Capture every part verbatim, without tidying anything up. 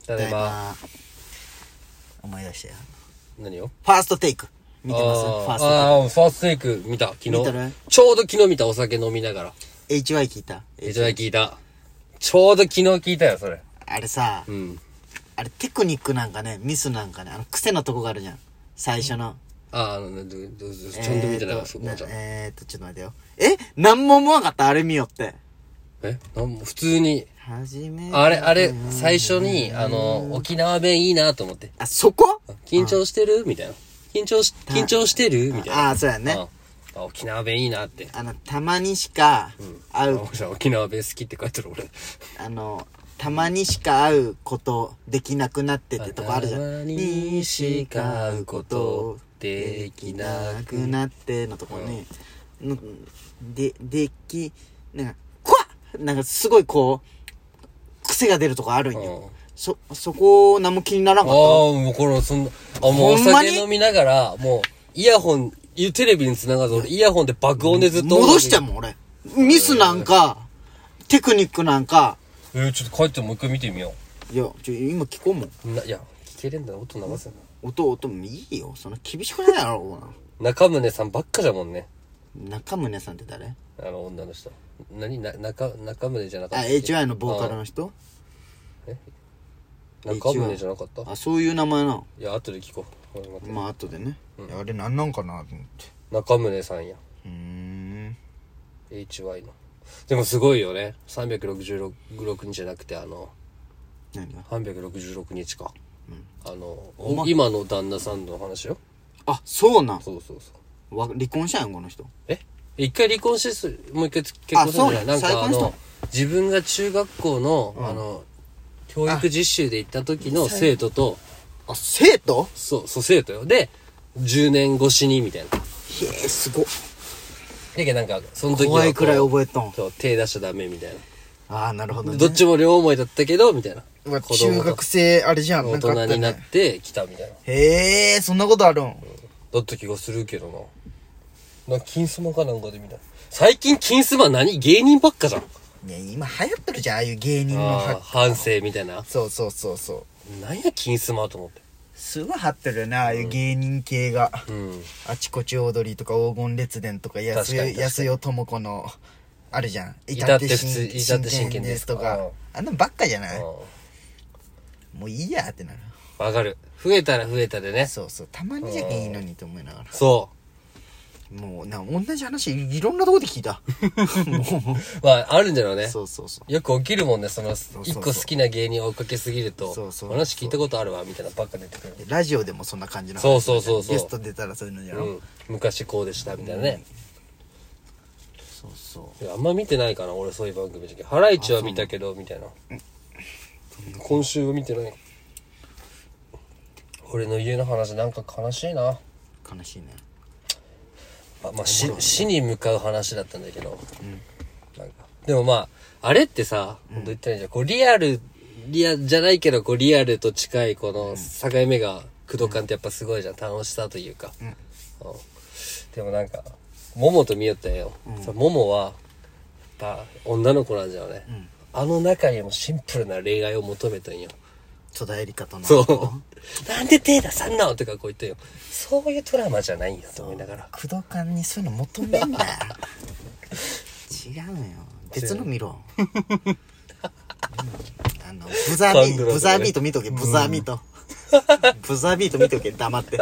ただいま。 思い出したよ。 何を？ ファーストテイク見てます？ファーストテイク。 ああ、ファーストテイク見た。昨日。 見たね。 ちょうど昨日見た。お酒飲みながら。 エイチワイ 聞いた？ エイチワイ 聞いた。ちょうど昨日聞いたよ、それ。 あれさ、うん、あれテクニックなんかね、ミスなんかね、あの癖のとこがあるじゃん。最初の。 ああ、あの、ね、ど、ど、ど、ちゃんと見てなかった、そこじゃん。 えーと、ちょっと待ってよ。えなんも思わなかったあれ見よって。 えなんも、普通に。 初めあれ、あれ、最初に、あの、沖縄弁いいなと思って。 あ、そこ？ 緊張してるみたいな。緊張し、緊張してるみたいな。 ああ、そうやね。 あ、沖縄弁いいなって。 あの、たまにしか会う。 うん、沖縄弁好きって書いてる俺。 あの、たまにしか会うことできなくなってってとこあるじゃん。 たまにしか会うことできなくなってのとこね。うん、で、でき、なんか、こわっなんかすごいこう、癖が出るとこあるんよ。そ、そこ、何も気にならんかった。ああ、 もうこれ、そんな、あ、もうお酒飲みながら、もう、イヤホン、テレビに繋がず、俺、イヤホンで爆音でずっと。 戻してもん、俺。ミスなんか、テクニックなんか。 えー、ちょっと帰ってもう一回見てみよう。いや、ちょ、今聞こうもん。 な、いや、聞けれんだよ、音流せな。 音、音、いいよ。そんな厳しくないやろ、 中宗さんばっかじゃもんね。 中宗さんって誰？ あの、女の人。何な、中、中宗じゃなかったっけ？ あ、エイチワイ のボーカルの人？ え中宗じゃなかった？ あ、そういう名前なの？ いや、後で聞こう。まあ、後でね。うん、いや、あれ何なんかなと思って。 中宗さんや。 うーん。 エイチワイ の。でもすごいよね。さんびゃくろくじゅうろくにちじゃなくて、あの、 何が ?さんびゃくろくじゅうろくにちか。うん。あの、 ま、 今の旦那さんの話よ。 あ、そうなん？ そうそうそう。 わ、離婚したんこの人。 え一回離婚してす、もう一回結婚するんじゃない？なんかあの、自分が中学校の、うん、あの、教育実習で行った時の生徒と、 あ、生徒？ そう、そう、生徒よ。で、じゅうねん越しに、みたいな。へえ、すごっ。 だけどなんか、その時は。 怖いくらい覚えとん。 そう、手出しちゃダメ、みたいな。 ああ、なるほどね。 どっちも両思いだったけど、みたいな。 うわ、中学生、あれじゃん。 大人になって来た、みたいな。 へえ、そんなことあるん。 だった気がするけどな。なんか、金スマかなんかで見た。最近金スマ何？芸人ばっかじゃん。 いや、今流行ってるじゃん、ああいう芸人の反省みたいな。 そうそうそうそう。 なんや金スマと思って。 すごい張ってるよね、ああいう芸人系が。うん。あちこち踊りとか黄金列伝とか、安代智子の、あるじゃん。 至って真剣ですとか。あんなばっかじゃない？もういいやってなる。 わかる。増えたら増えたでね。 そうそう。たまにじゃいいのにと思いながら。 そう。 もうな同じ話いろんなとこで聞いた。 もうまああるんだろうね。 そうそうそう。 よく起きるもんね。その一個好きな芸人を追いかけすぎると、そうそうそう話聞いたことあるわみたいなばっか出てくる。 ラジオでもそんな感じの話。 そうそうそうそう。 ゲスト出たらそういうのじゃろ。うん、 昔こうでしたみたいなね。 うん、そうそう。 あんま見てないかな俺そういう番組だけど。ハライチは見たけどみたいな。今週は見てない。俺の家の話なんか悲しいな。 悲しいね。 あまあ、死, 死に向かう話だったんだけど、うん、なんかでもまああれってさ、うん、本当言ったらいいじゃんこうリアルリアルじゃないけどこうリアルと近いこの境目が工藤感ってやっぱすごいじゃん楽しさというか、うんうん、でもなんかモモと見よったよ、うん、モモはやっぱ女の子なんじゃよね、うん、あの中にもシンプルな恋愛を求めたんよ戸田恵梨香とのそうなんで手出さんのとかこう言ったよそういうドラマじゃないんよと思いながら工藤館にそういうの求めんなよ違うのよ別の見ろ、うん、あのブザービート、ね、ブザービート見とけブザービート、うん、ブザービート見とけ黙って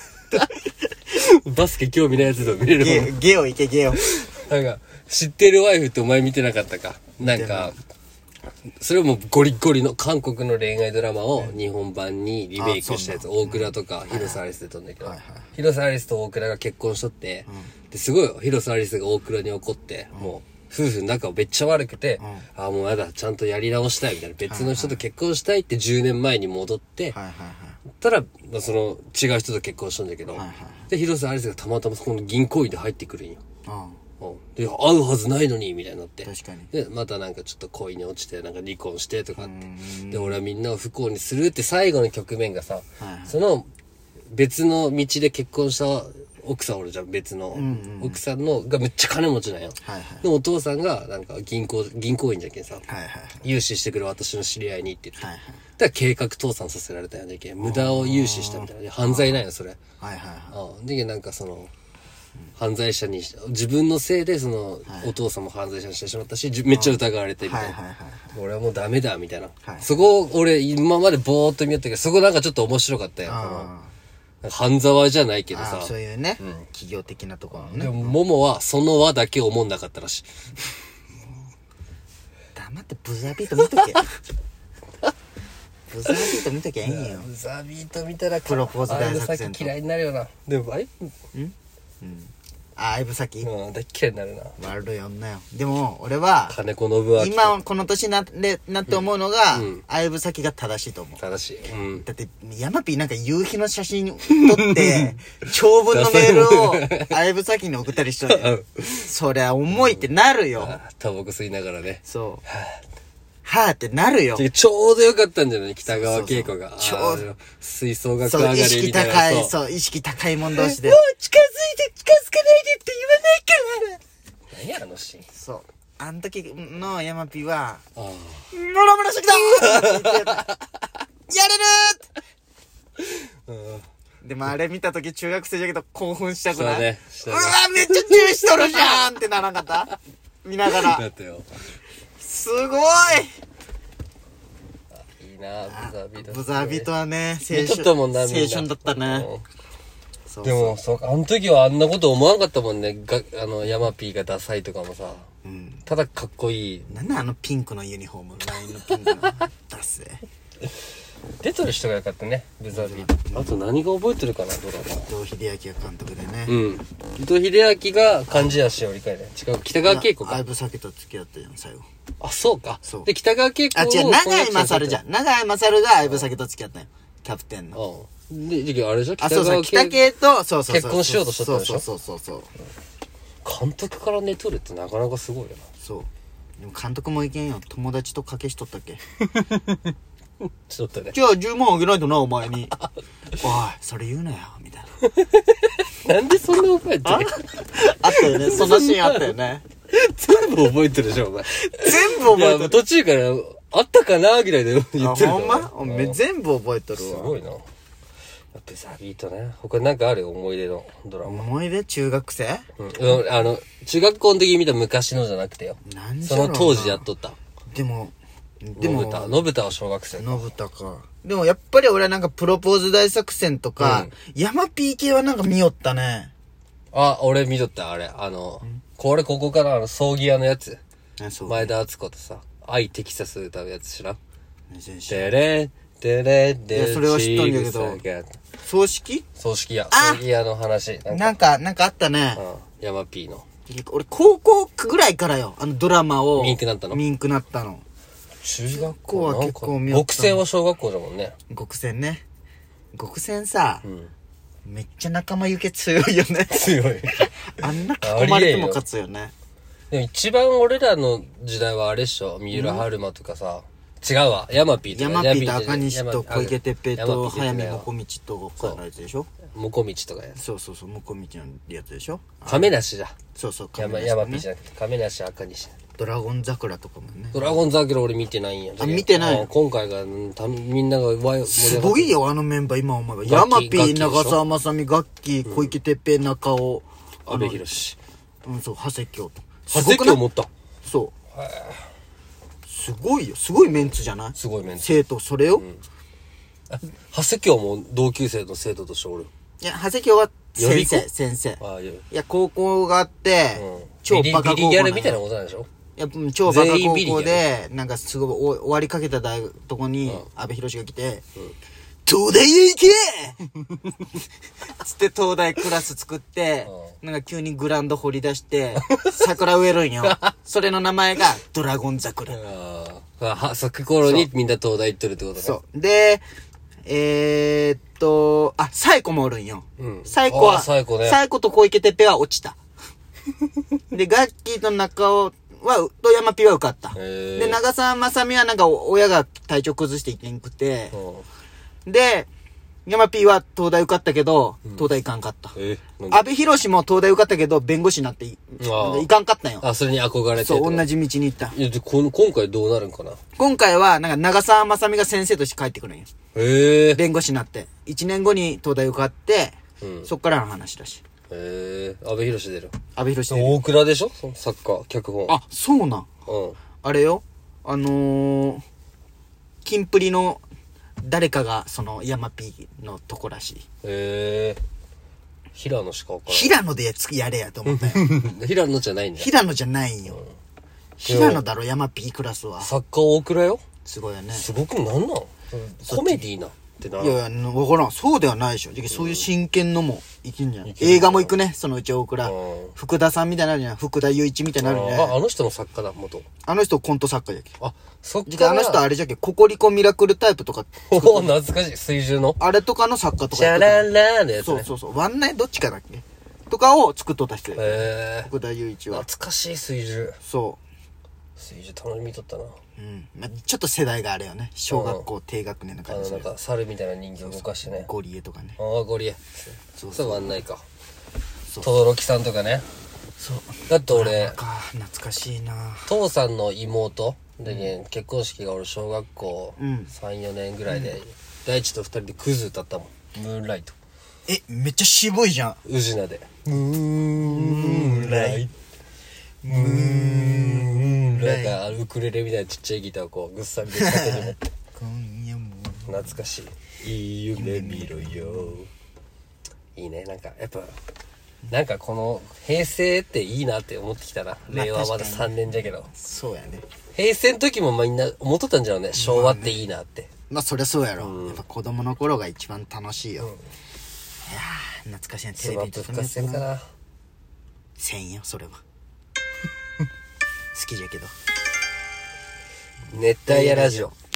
バスケ興味ないやつでも見れるもんゲゲオ行けゲオなんか知ってるワイフってお前見てなかったかなんかそれもゴリゴリの韓国の恋愛ドラマを日本版にリメイクしたやつ、大倉とか広瀬アリスで撮んだけど、広瀬アリスと大倉が結婚しとって、ですごい広瀬アリスが大倉に怒って、もう夫婦の仲めっちゃ悪くて、ああもうやだちゃんとやり直したいみたいな別の人と結婚したいってじゅうねんまえに戻って、たらその違う人と結婚したんだけど、で広瀬アリスがたまたまそこの銀行員で入ってくるんよ。で会うはずないのにみたいになって確かにでまたなんかちょっと恋に落ちてなんか離婚してとかってで俺はみんなを不幸にするって最後の局面がさ、はいはい、その別の道で結婚した奥さんおるじゃん、別の。 うんうん奥さんの、がめっちゃ金持ちなんよ。 はいはい。 でもお父さんが、なんか銀行、銀行員じゃけんさ、 はいはい。 融資してくる私の知り合いにって言って。 はいはい。 だから計画倒産させられたよね、けん無駄を融資したみたいな。で犯罪なんよ、それ。 はいはいはうん。で、なんかその、犯罪者にし、自分のせいで、その、お父さんも犯罪者にしてしまったし、じゅめっちゃ疑われてみい。 たいな。 はいはいはい。 俺はもうダメだ、みたいな。 はいそこを、俺、今までぼーっと見よったけど、そこなんかちょっと面白かったよ。このあなんか半沢じゃないけどさあ、。そういうね、企業的なところのね。 でも、モモは、その輪だけ思んなかったらしい。 黙ってブザービート見とけ。ブザービート見ときゃいいんよ。 ブザービート見たら、 プロポーズ大作戦とあれ先嫌いになるよな。でも、あれあ、相武咲うん、大っ嫌いになるな。 悪い女よ。でも、俺は、 金子信明。 今、この年になって、なって思うのがうん、 相武咲が正しいと思う。 正しい。うん。 だって、山ピーなんか夕日の写真撮って、長文のメールを相武咲に送ったりしとるよ。そりゃ重いってなるよ。 あタバコ吸いながらね。 そう。はぁってなるよ。 ちょうどよかったんじゃない北川景子が。 そうそうそうあー吹奏楽そう、 上がり意識みたいな。 高い、 そう。 そう、意識高い者同士でも。う近づいて近づかないでって言わないから何やあのシーン。 そう。あの時の山ピーは、 あムラムラしてきたーって言ってたやれるあ。うん。 ーでもあれ見た時中学生じゃけど興奮したくそうない、 ね。したうねわめっちゃチューしとるじゃんってならなかった見ながら。 だったよ。 すごいいいなブザービート。 ブザービートはね、青見と春。 ったもんな、みんな。 青春だったね。 うんそうそうでも、そうか、あの時はあんなこと思わんかったもんね。が、あの、ヤマピーがダサいとかもさ。 うん。 ただかっこいい。 なんだあのピンクのユニフォーム、ラインのピンクの。出せ。 出とる人がよかったね、ブザービート。あと何が覚えてるかな、ドラマ。 伊藤英明が監督でね。 うん。伊藤英明が漢字足を理解だよ。違う、北川景子か相。武咲と付き合ったじゃん、最後。 あ、そうか。 そうで、北川景子あ、 を違う、長井勝じゃん。長井勝が相武咲と付き合ったよ。キャプテンの。 うん。で、じゃああれでしょあ、そうそう、北景系と、そうそうそう。 結婚しようとしとったでしょそうそうそうそう。 監督から寝とるってなかなかすごいよそう。でも監督もいけんよ。友達と賭けしとったっけ。 な。ちょっとね。 じゃあじゅうまんあげないとな、お前に。おい、それ言うなよ、みたいな。 なんでそんな覚えてるあったよね、そのシーンあったよね。 全部覚えてるでしょ、お前。 全部覚えいや、途中から、あったかなぐらいで言ってるあ、 からほんまおめうん全部覚えとるわ。 すごいな。ブザービートね。他なんかあるよ、思い出のドラマ。 思い出中学生うん。うんあの、中学校の時に見た昔のじゃなくてよ。 なんじゃろうなその当時やっとった。 でも、ででも、 も、 のぶた、のぶたは小学生。 のぶたか。でもやっぱり俺はなんかプロポーズ大作戦とか、山 P 系はなんか見よったね。 あ、俺見とった、あれ。あの、これここからあの、葬儀屋のやつ。 あ、そう。 前田敦子とさ、愛テキサス歌うやつ知らん全然知らんてれ、てれ、で、 いやそれは知っとんだけどちぐさが葬式葬式屋。 あ葬儀屋の話。なんか、 なんか、なんかあったね。 うん。ヤマピーの。 俺高校ぐらいからよ、あのドラマを。 ミンクなったのミンクなったの。 中学校は結構見よった極戦は小学校だもんね。 極戦ね。極戦さ、 うん。 めっちゃ仲間由け強いよね。 強い。 あんな囲まれても勝つよね。 でも一番俺らの時代はあれっしょ三浦春馬とかさ、違うわ。ヤマピーとか。 山ピーと赤西と小池徹平とヤ早見マピーもこみちとこのやつでしょ。 もこみちとかや。 そうそうそう、もこみちのやつでしょ。 亀梨じゃ。 そうそう、 ヤマ亀梨とねヤマピーじゃなくて、亀梨赤西。 ドラゴン桜とかもね。 ドラゴンザーキロ俺見てないんや。 あ見てないあ今回が、うんたみんながわい盛り上がってすごいよ、あのメンバー、今思えば。 ガッキー山ピー、 ガッキーでしょ長澤まさみ、ガッキー、小池徹平、中尾。 阿部寛。 うん、そう、長谷京と。 長谷京持っった。 そう。すごいよ。すごいメンツじゃないすごいメンツ。 生徒、それよ。 長谷京も同級生の生徒としておる。 いや、長谷京は予備校先生、先生。 ああいう。 いや、高校があって、 うん。 超ビリバカ高校ビリギャルみたいなのことなんでしょいや、うん超バカ全員ビリ高校で、なんかすごいお終わりかけた大とこに、安倍博が来て、東大へ行けつって東大クラス作って、なんか急にグラウンド掘り出して、桜植えるんよ。それの名前がドラゴン桜。 ああ。は、咲く頃にみんな東大行ってるってことね。 そう。で、えー、っと、あ、サイコもおるんよ。 うんサイコは、 あサイコねサイコと小池徹平は落ちた。で、ガッキーと中尾は、と山ピは受かった。 へーで、長澤まさみはなんか親が体調崩していけんくて、 うん。 で、 山 P は東大受かったけど、東大行かんかった。 えなんで安倍博士も東大受かったけど、弁護士になってい、 ああ行かんかったんよ。 あ、それに憧れてそう、 と同じ道に行った。 いや、で、この、今回どうなるんかな。 今回は、なんか長澤まさみが先生として帰ってくるんよ。 へえ。 弁護士になって。一年後に東大受かって、 うんそっからの話だし。 へえ。安倍博士出る。 安倍博士出る。 大倉でしょそのサッカー、脚本。 あ、そうなん。 うん。 あれよ。あのー、キンプリの誰かが、その、山 P のとこらしい。 へえ。平野しかわからない。 平野でやつやれやと思ったよ。 平野じゃないんだよ。 平野じゃないんよ。平野だろ、山 P クラスは。 サッカー大倉よ。 すごいよね。 すごくなんなん、コメディーなってな。 いやいや、わからん。そうではないでしょ。そういう真剣のもいけんじゃん。映画も行くね、そのうち大倉。福田さんみたいになるじゃん。福田雄一みたいになるじゃん。 あ、あの人の作家だ、元。 あの人コント作家じゃけ。 あ、そっじゃか。 あの人あれじゃけ、ココリコミラクルタイプとか。 おお、懐かしい。水中の。 あれとかの作家とか。 シャララーのやつね。 そうそうそう。ワンナイどっちかだっけとかを作っとった人や。 へえ。 福田雄一は。 懐かしい水中。 そう。 水中楽しみとったな。 うん。まあ、ちょっと世代があれよね。小学校低学年のあの、 感じで。 なんか、猿みたいな人形を動かしてね。 ゴリエとかね。 ああ、ゴリエ。 そうそう、ワンナイか。 そうとどろきさんとかね。 そう。 だって俺なん、か、懐かしいな父さんの妹でね、結婚式が俺小学校うんさん、よねんぐらいで、大地と二人でクズ歌ったもん。ムーンライト。 え、めっちゃ渋いじゃん。 宇品で。ムーンライト。ムーンライト。なんか、ウクレレみたいなちっちゃいギターをこう、ぐっさりで片手に持って。 今夜も。 懐かしい。いい夢見ろよ。いいね。なんか、やっぱ、なんかこの、平成っていいなって思ってきたな。 まあ令和まだ確かさんねんじゃけど。 そうやね。 平成の時もみんな思っとったんじゃろうね。昭和っていいなって。 まあ、そりゃそうやろ。やっぱ子供の頃が一番楽しいよ。いやー、懐かしいね。テスマップレビと復活せんかな。 せんよ、それは。好きじゃけど。 熱帯夜ラジオ。